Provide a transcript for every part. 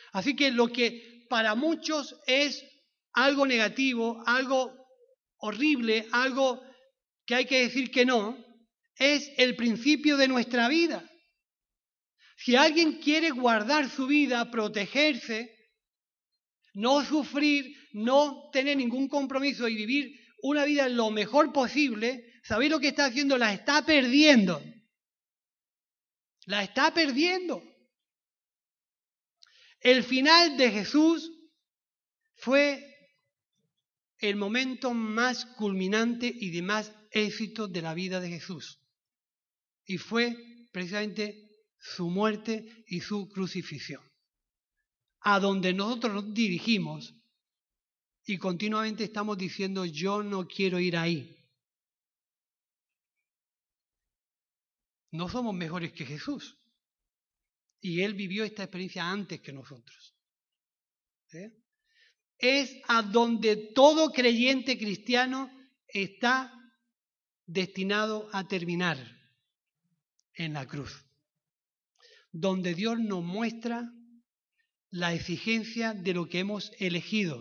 Así que lo que para muchos es algo negativo, algo horrible, algo que hay que decir que no, es el principio de nuestra vida. Si alguien quiere guardar su vida, protegerse, no sufrir, no tener ningún compromiso y vivir una vida lo mejor posible, ¿sabéis lo que está haciendo? La está perdiendo. La está perdiendo. El final de Jesús fue el momento más culminante y de más éxito de la vida de Jesús. Y fue precisamente su muerte y su crucifixión. A donde nosotros nos dirigimos y continuamente estamos diciendo, yo no quiero ir ahí. No somos mejores que Jesús. Y Él vivió esta experiencia antes que nosotros. Es a donde todo creyente cristiano está destinado a terminar, en la cruz. Donde Dios nos muestra la exigencia de lo que hemos elegido.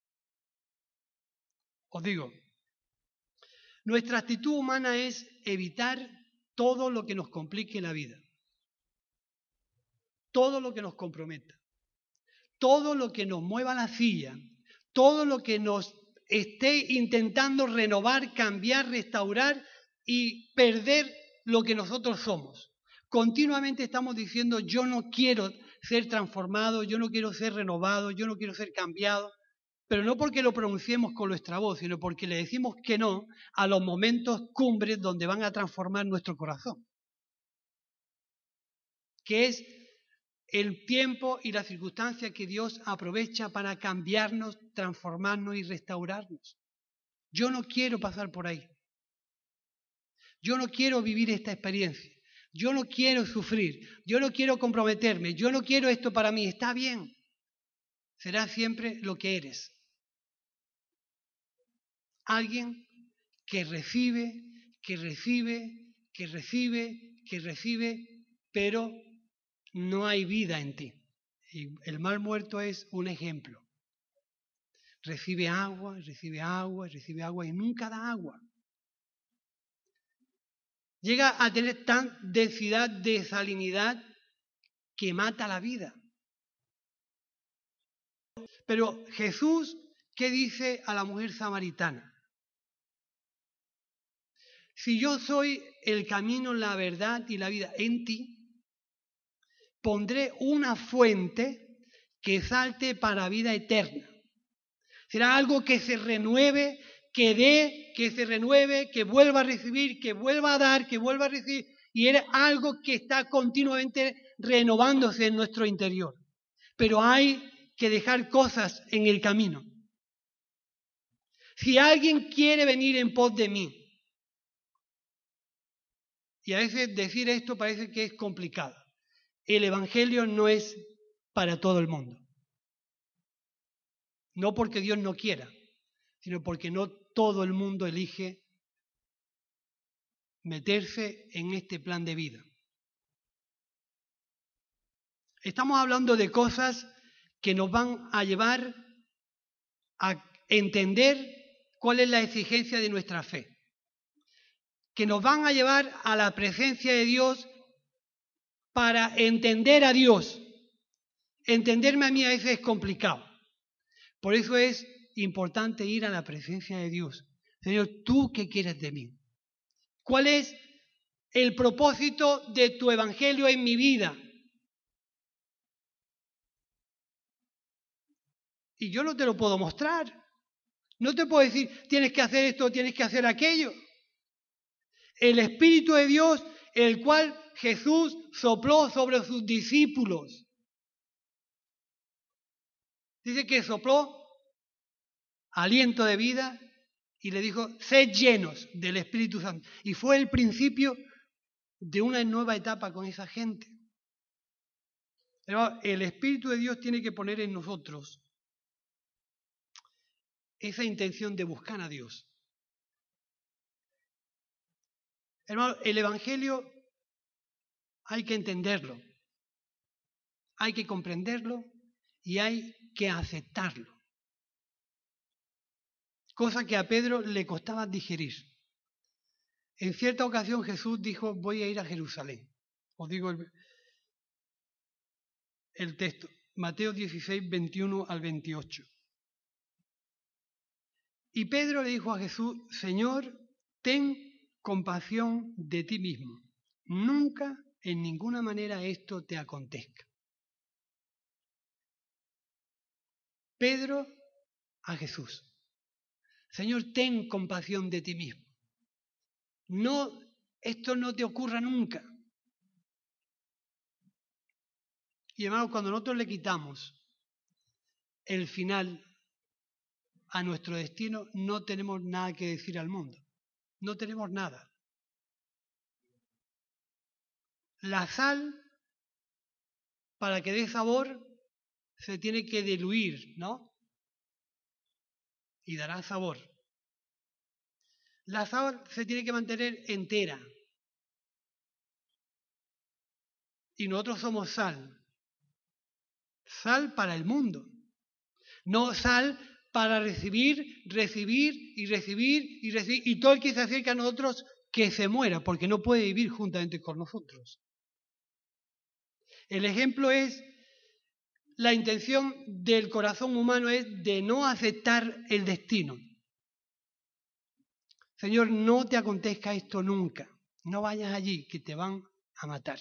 Os digo, nuestra actitud humana es evitar todo lo que nos complique la vida, todo lo que nos comprometa, todo lo que nos mueva la silla, todo lo que nos esté intentando renovar, cambiar, restaurar y perder lo que nosotros somos. Continuamente estamos diciendo, yo no quiero ser transformado, yo no quiero ser renovado, yo no quiero ser cambiado, pero no porque lo pronunciemos con nuestra voz, sino porque le decimos que no a los momentos cumbres donde van a transformar nuestro corazón, que es el tiempo y la circunstancia que Dios aprovecha para cambiarnos, transformarnos y restaurarnos. Yo no quiero pasar por ahí. Yo no quiero vivir esta experiencia. Yo no quiero sufrir. Yo no quiero comprometerme. Yo no quiero esto para mí. Está bien. Será siempre lo que eres. Alguien que recibe, que recibe, que recibe, que recibe, pero no hay vida en ti. Y el mal muerto es un ejemplo. Recibe agua, recibe agua, recibe agua y nunca da agua. Llega a tener tan densidad de salinidad que mata la vida. Pero Jesús, ¿qué dice a la mujer samaritana? Si yo soy el camino, la verdad y la vida, en ti pondré una fuente que salte para vida eterna. Será algo que se renueve, que dé, que se renueve, que vuelva a recibir, que vuelva a dar, que vuelva a recibir. Y era algo que está continuamente renovándose en nuestro interior. Pero hay que dejar cosas en el camino. Si alguien quiere venir en pos de mí, y a veces decir esto parece que es complicado, el Evangelio no es para todo el mundo. No porque Dios no quiera, sino porque no todo el mundo elige meterse en este plan de vida. Estamos hablando de cosas que nos van a llevar a entender cuál es la exigencia de nuestra fe, que nos van a llevar a la presencia de Dios para entender a Dios. Entenderme a mí a veces es complicado. Por eso es importante ir a la presencia de Dios. Señor, ¿tú qué quieres de mí? ¿Cuál es el propósito de tu evangelio en mi vida? Y yo no te lo puedo mostrar. No te puedo decir, tienes que hacer esto, tienes que hacer aquello. El Espíritu de Dios, el cual Jesús sopló sobre sus discípulos. Dice que sopló aliento de vida y le dijo, sed llenos del Espíritu Santo. Y fue el principio de una nueva etapa con esa gente. Pero el Espíritu de Dios tiene que poner en nosotros esa intención de buscar a Dios. Hermano, el Evangelio hay que entenderlo, hay que comprenderlo y hay que aceptarlo. Cosa que a Pedro le costaba digerir. En cierta ocasión Jesús dijo, voy a ir a Jerusalén. Os digo el texto, Mateo 16, 21 al 28. Y Pedro le dijo a Jesús, Señor, ten compasión de ti mismo. Nunca en ninguna manera esto te acontezca. Pedro a Jesús. Señor, ten compasión de ti mismo. No, esto no te ocurra nunca. Y hermanos, cuando nosotros le quitamos el final a nuestro destino, no tenemos nada que decir al mundo. No tenemos nada. La sal, para que dé sabor, se tiene que diluir, ¿no? Y dará sabor. La sal se tiene que mantener entera. Y nosotros somos sal. Sal para el mundo. No sal para recibir. Y todo el que se acerca a nosotros, que se muera, porque no puede vivir juntamente con nosotros. El ejemplo es, la intención del corazón humano es de no aceptar el destino. Señor, no te acontezca esto nunca. No vayas allí, que te van a matar.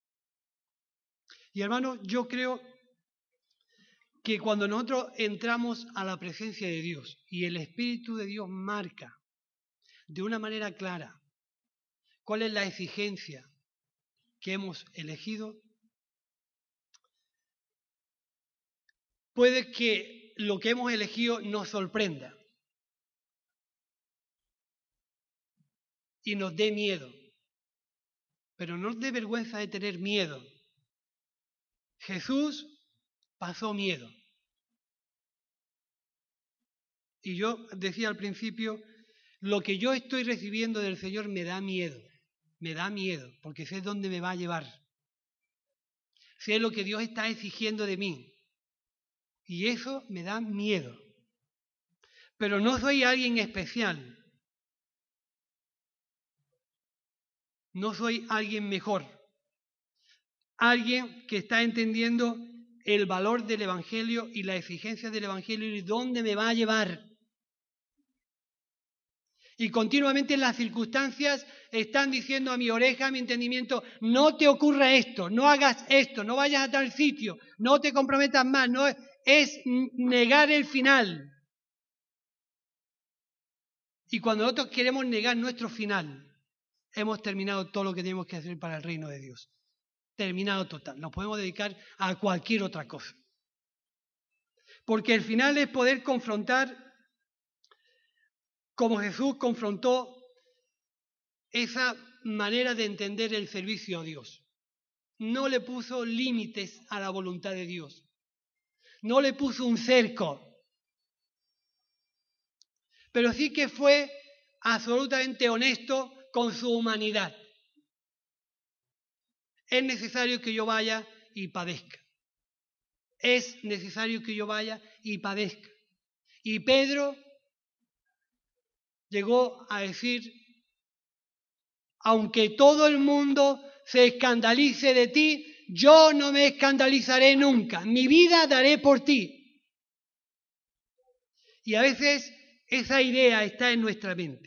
Y hermano, yo creo que cuando nosotros entramos a la presencia de Dios y el Espíritu de Dios marca de una manera clara cuál es la exigencia que hemos elegido, puede que lo que hemos elegido nos sorprenda y nos dé miedo. Pero no os dé vergüenza de tener miedo. Jesús pasó miedo. Y yo decía al principio, lo que yo estoy recibiendo del Señor me da miedo, porque sé dónde me va a llevar. Sé lo que Dios está exigiendo de mí. Y eso me da miedo. Pero no soy alguien especial. No soy alguien mejor. Alguien que está entendiendo el valor del Evangelio y la exigencia del Evangelio y dónde me va a llevar. Y continuamente las circunstancias están diciendo a mi oreja, a mi entendimiento, no te ocurra esto, no hagas esto, no vayas a tal sitio, no te comprometas más, no es negar el final. Y cuando nosotros queremos negar nuestro final, hemos terminado todo lo que tenemos que hacer para el reino de Dios. Terminado total. Nos podemos dedicar a cualquier otra cosa. Porque el final es poder confrontar, como Jesús confrontó esa manera de entender el servicio a Dios. No le puso límites a la voluntad de Dios. No le puso un cerco. Pero sí que fue absolutamente honesto con su humanidad. Es necesario que yo vaya y padezca. Es necesario que yo vaya y padezca. Y Pedro llegó a decir, aunque todo el mundo se escandalice de ti, yo no me escandalizaré nunca. Mi vida daré por ti. Y a veces esa idea está en nuestra mente.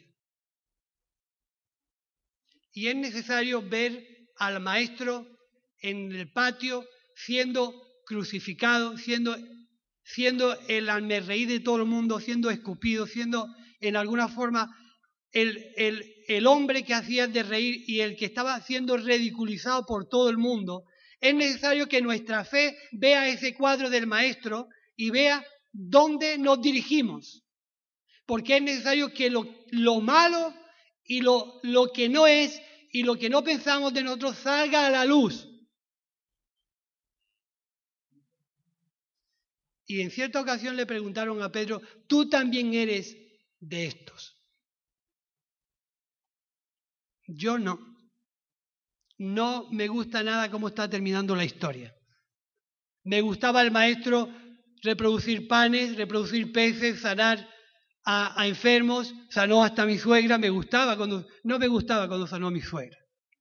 Y es necesario ver al maestro en el patio siendo crucificado, siendo el hazmerreír de todo el mundo, siendo escupido, siendo en alguna forma el hombre que hacía de reír y el que estaba siendo ridiculizado por todo el mundo. Es necesario que nuestra fe vea ese cuadro del maestro y vea dónde nos dirigimos. Porque es necesario que lo malo y lo que no es y lo que no pensamos de nosotros salga a la luz. Y en cierta ocasión le preguntaron a Pedro, ¿tú también eres de estos? Yo no. No me gusta nada cómo está terminando la historia. Me gustaba el maestro reproducir panes, reproducir peces, sanar a enfermos, sanó hasta a mi suegra, no me gustaba cuando sanó a mi suegra.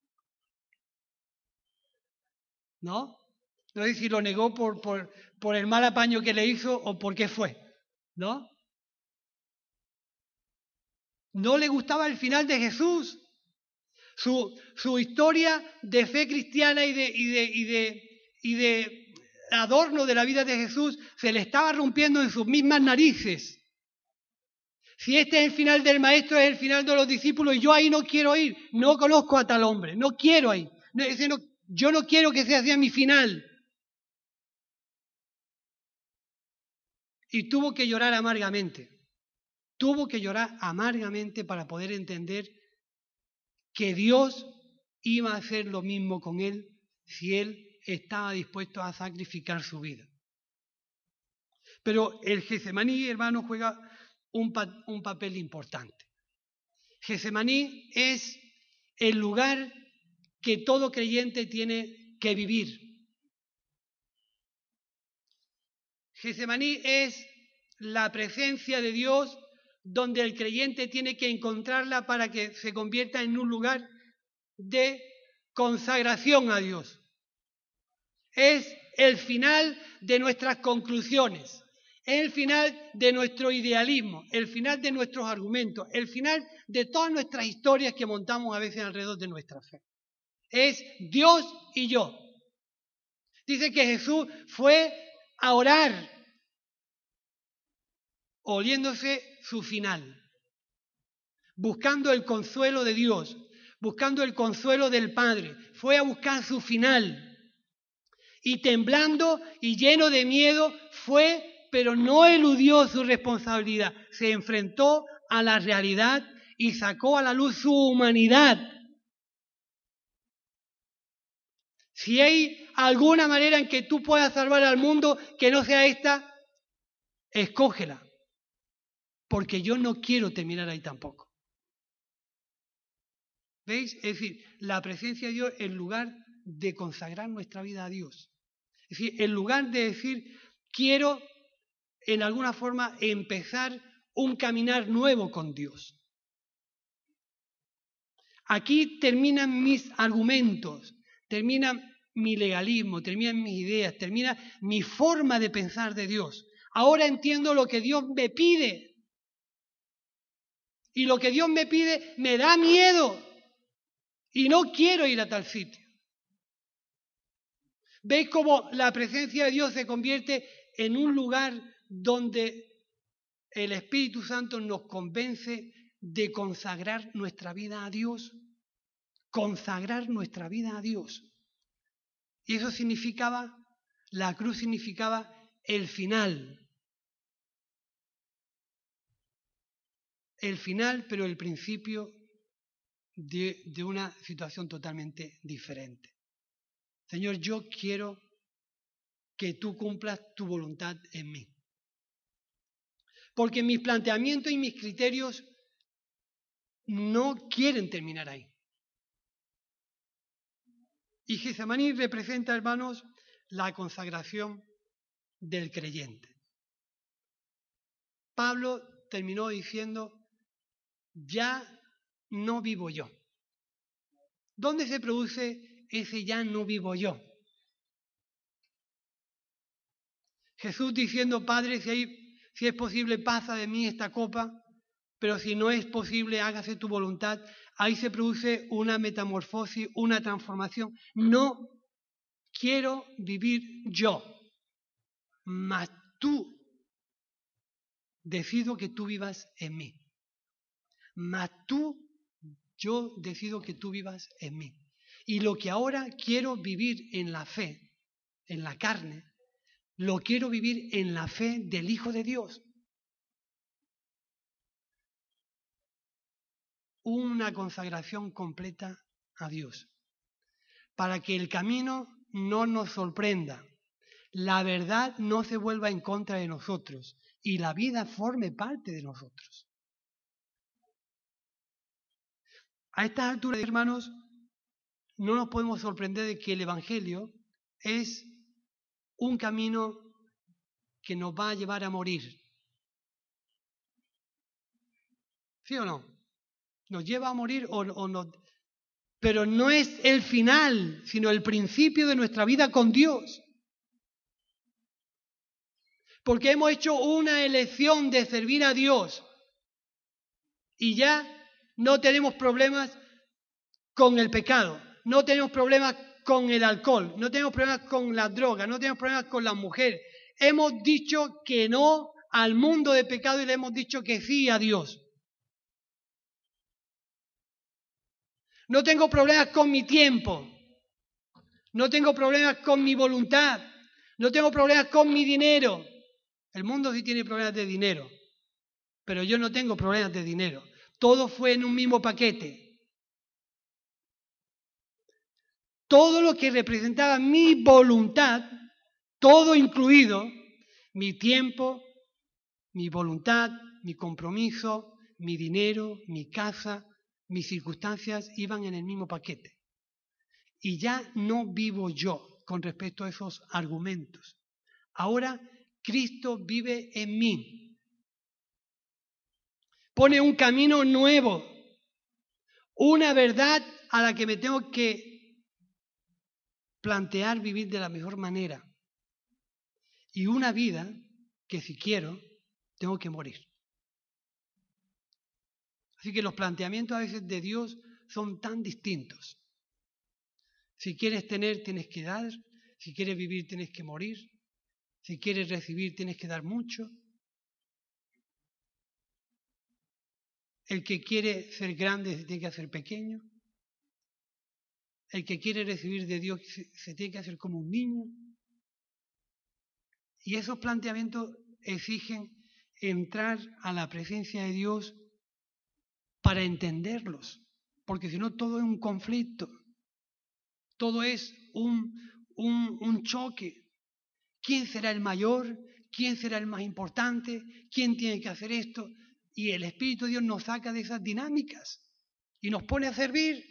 ¿No? No sé si lo negó por el mal apaño que le hizo o por qué fue, ¿no? No le gustaba el final de Jesús. Su historia de fe cristiana y de adorno de la vida de Jesús se le estaba rompiendo en sus mismas narices. Si este es el final del maestro, es el final de los discípulos, y yo ahí no quiero ir. No conozco a tal hombre, no quiero ir. Yo no quiero que sea así mi final. Y tuvo que llorar amargamente. Tuvo que llorar amargamente para poder entender que Dios iba a hacer lo mismo con él si él estaba dispuesto a sacrificar su vida. Pero el Getsemaní, hermano, juega un papel importante. Getsemaní es el lugar que todo creyente tiene que vivir. Getsemaní es la presencia de Dios donde el creyente tiene que encontrarla para que se convierta en un lugar de consagración a Dios. Es el final de nuestras conclusiones, es el final de nuestro idealismo, el final de nuestros argumentos, el final de todas nuestras historias que montamos a veces alrededor de nuestra fe. Es Dios y yo. Dice que Jesús fue a orar, oliéndose su final, buscando el consuelo de Dios, buscando el consuelo del Padre. Fue a buscar su final. Y temblando y lleno de miedo fue, pero no eludió su responsabilidad. Se enfrentó a la realidad y sacó a la luz su humanidad. Si hay alguna manera en que tú puedas salvar al mundo que no sea esta, escógela. Porque yo no quiero terminar ahí tampoco. ¿Veis? Es decir, la presencia de Dios en lugar de consagrar nuestra vida a Dios. Es decir, en lugar de decir, quiero en alguna forma empezar un caminar nuevo con Dios. Aquí terminan mis argumentos, termina mi legalismo, terminan mis ideas, termina mi forma de pensar de Dios. Ahora entiendo lo que Dios me pide. Y lo que Dios me pide me da miedo. Y no quiero ir a tal sitio. ¿Veis cómo la presencia de Dios se convierte en un lugar donde el Espíritu Santo nos convence de consagrar nuestra vida a Dios? Consagrar nuestra vida a Dios. Y eso significaba, la cruz significaba el final. El final, pero el principio de una situación totalmente diferente. Señor, yo quiero que tú cumplas tu voluntad en mí. Porque mis planteamientos y mis criterios no quieren terminar ahí. Y Getsemaní representa, hermanos, la consagración del creyente. Pablo terminó diciendo, ya no vivo yo. ¿Dónde se produce ese ya no vivo yo? Jesús diciendo, Padre, si es posible, pasa de mí esta copa, pero si no es posible, hágase tu voluntad. Ahí se produce una metamorfosis, una transformación. No quiero vivir yo, mas tú decido que tú vivas en mí. Mas yo decido que tú vivas en mí. Y lo que ahora quiero vivir en la fe, en la carne, lo quiero vivir en la fe del Hijo de Dios. Una consagración completa a Dios. Para que el camino no nos sorprenda, la verdad no se vuelva en contra de nosotros y la vida forme parte de nosotros. A estas alturas, hermanos, no nos podemos sorprender de que el Evangelio es un camino que nos va a llevar a morir. ¿Sí o no? Nos lleva a morir o no. Pero no es el final, sino el principio de nuestra vida con Dios. Porque hemos hecho una elección de servir a Dios y ya no tenemos problemas con el pecado, no tenemos problemas con el alcohol, no tenemos problemas con la droga, no tenemos problemas con la mujer. Hemos dicho que no al mundo de pecado y le hemos dicho que sí a Dios. No tengo problemas con mi tiempo, no tengo problemas con mi voluntad, no tengo problemas con mi dinero. El mundo sí tiene problemas de dinero, pero yo no tengo problemas de dinero. Todo fue en un mismo paquete. Todo lo que representaba mi voluntad, todo incluido, mi tiempo, mi voluntad, mi compromiso, mi dinero, mi casa, mis circunstancias iban en el mismo paquete. Y ya no vivo yo con respecto a esos argumentos. Ahora Cristo vive en mí. Pone un camino nuevo, una verdad a la que me tengo que plantear vivir de la mejor manera. Y una vida que si quiero, tengo que morir. Así que los planteamientos a veces de Dios son tan distintos. Si quieres tener, tienes que dar. Si quieres vivir, tienes que morir. Si quieres recibir, tienes que dar mucho. El que quiere ser grande se tiene que hacer pequeño. El que quiere recibir de Dios se tiene que hacer como un niño. Y esos planteamientos exigen entrar a la presencia de Dios para entenderlos. Porque si no, todo es un conflicto. Todo es un choque. ¿Quién será el mayor? ¿Quién será el más importante? ¿Quién tiene que hacer esto? Y el Espíritu de Dios nos saca de esas dinámicas y nos pone a servir.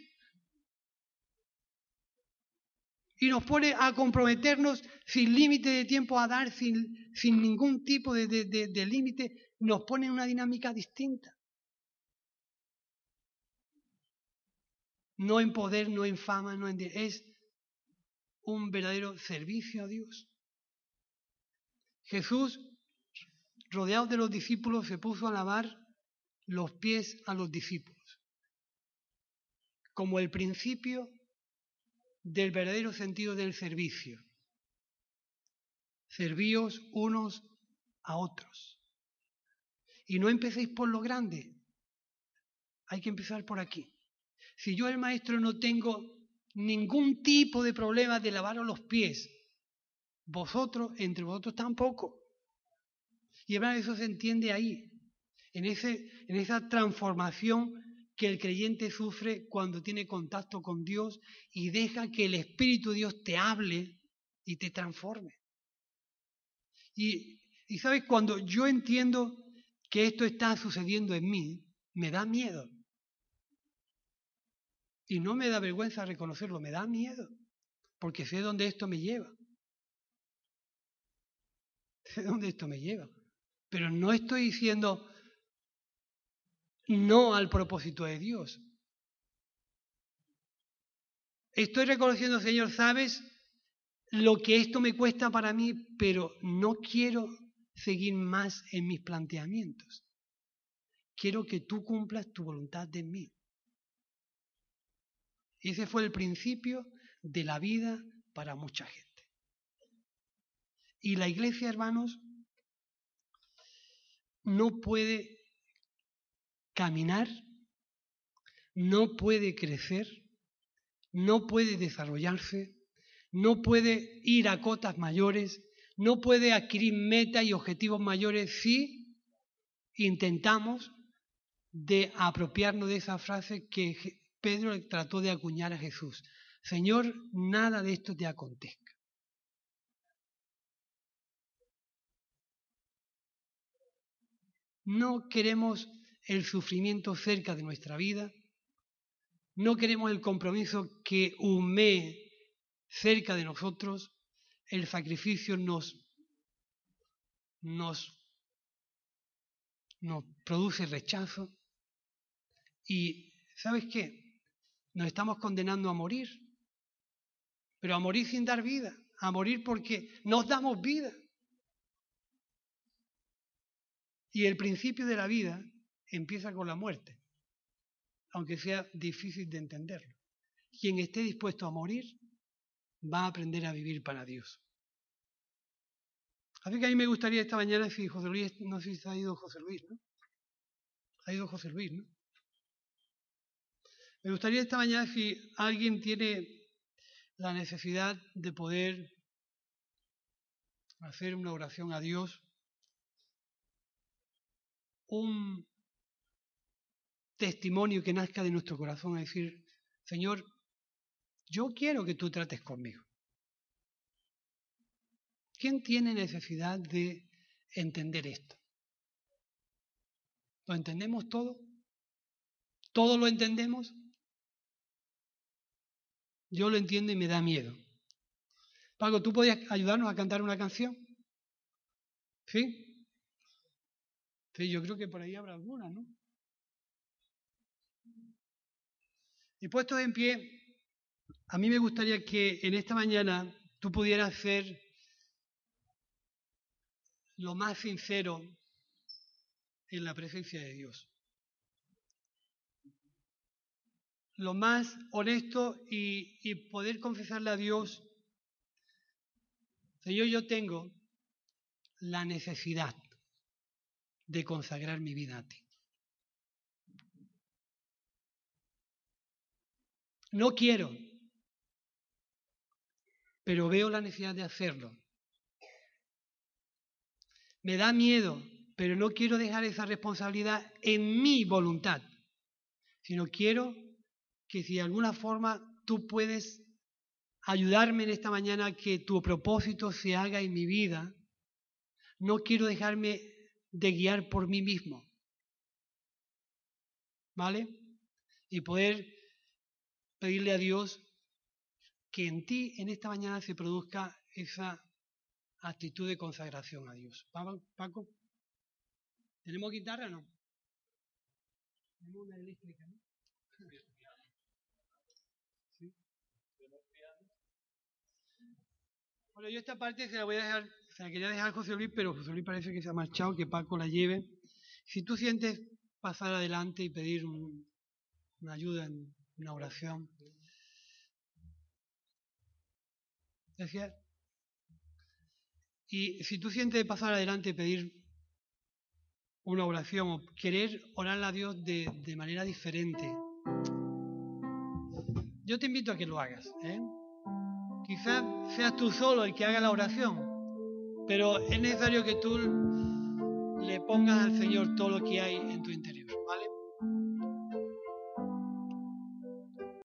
Y nos pone a comprometernos sin límite de tiempo, a dar sin ningún tipo de límite. Nos pone en una dinámica distinta. No en poder, no en fama, no en... Es un verdadero servicio a Dios. Jesús, rodeado de los discípulos, se puso a lavar los pies a los discípulos, como el principio del verdadero sentido del servicio. Servíos unos a otros. Y no empecéis por lo grande, hay que empezar por aquí. Si yo, el maestro, no tengo ningún tipo de problema de lavaros los pies, vosotros, entre vosotros tampoco. Y hermano, eso se entiende ahí, en esa transformación que el creyente sufre cuando tiene contacto con Dios y deja que el Espíritu de Dios te hable y te transforme. Y sabes, cuando yo entiendo que esto está sucediendo en mí, me da miedo. Y no me da vergüenza reconocerlo, me da miedo, porque sé dónde esto me lleva. Sé dónde esto me lleva. Pero no estoy diciendo no al propósito de Dios. Estoy reconociendo, Señor, ¿sabes lo que esto me cuesta para mí? Pero no quiero seguir más en mis planteamientos. Quiero que tú cumplas tu voluntad en mí. Y ese fue el principio de la vida para mucha gente. Y la iglesia, hermanos, no puede caminar, no puede crecer, no puede desarrollarse, no puede ir a cotas mayores, no puede adquirir metas y objetivos mayores si intentamos de apropiarnos de esa frase que Pedro trató de acuñar a Jesús. Señor, nada de esto te acontezca. No queremos el sufrimiento cerca de nuestra vida, no queremos el compromiso que humee cerca de nosotros, el sacrificio nos nos produce rechazo y, ¿sabes qué? Nos estamos condenando a morir, pero a morir sin dar vida, a morir porque nos damos vida. Y el principio de la vida empieza con la muerte, aunque sea difícil de entenderlo. Quien esté dispuesto a morir va a aprender a vivir para Dios. Así que a mí me gustaría esta mañana, si José Luis, no sé si se ha ido José Luis, ¿no? Ha ido José Luis, ¿no? Me gustaría esta mañana, si alguien tiene la necesidad de poder hacer una oración a Dios, un testimonio que nazca de nuestro corazón, a decir, Señor, yo quiero que tú trates conmigo. ¿Quién tiene necesidad de entender esto? ¿Lo entendemos todo? ¿Todo lo entendemos? Yo lo entiendo y me da miedo. Paco, ¿tú podías ayudarnos a cantar una canción? ¿Sí? Sí, yo creo que por ahí habrá alguna, ¿no? Y puestos en pie, a mí me gustaría que en esta mañana tú pudieras ser lo más sincero en la presencia de Dios. Lo más honesto y poder confesarle a Dios, Señor, yo tengo la necesidad de consagrar mi vida a ti. No quiero, pero veo la necesidad de hacerlo. Me da miedo, pero no quiero dejar esa responsabilidad en mi voluntad, sino quiero que si de alguna forma tú puedes ayudarme en esta mañana a que tu propósito se haga en mi vida, no quiero dejarme de guiar por mí mismo, ¿vale? Y poder pedirle a Dios que en ti en esta mañana se produzca esa actitud de consagración a Dios. Paco, ¿tenemos guitarra o no? Tenemos una eléctrica, ¿no? ¿Sí? Bueno, yo esta parte se la voy a dejar, se la quería dejar a José Luis, pero José Luis parece que se ha marchado, que Paco la lleve. Si tú sientes pasar adelante y pedir una ayuda en una oración. Decía, y si tú sientes pasar adelante y pedir una oración o querer orar a Dios de manera diferente, yo te invito a que lo hagas. Quizás seas tú solo el que haga la oración, pero es necesario que tú le pongas al Señor todo lo que hay en tu interior, ¿vale?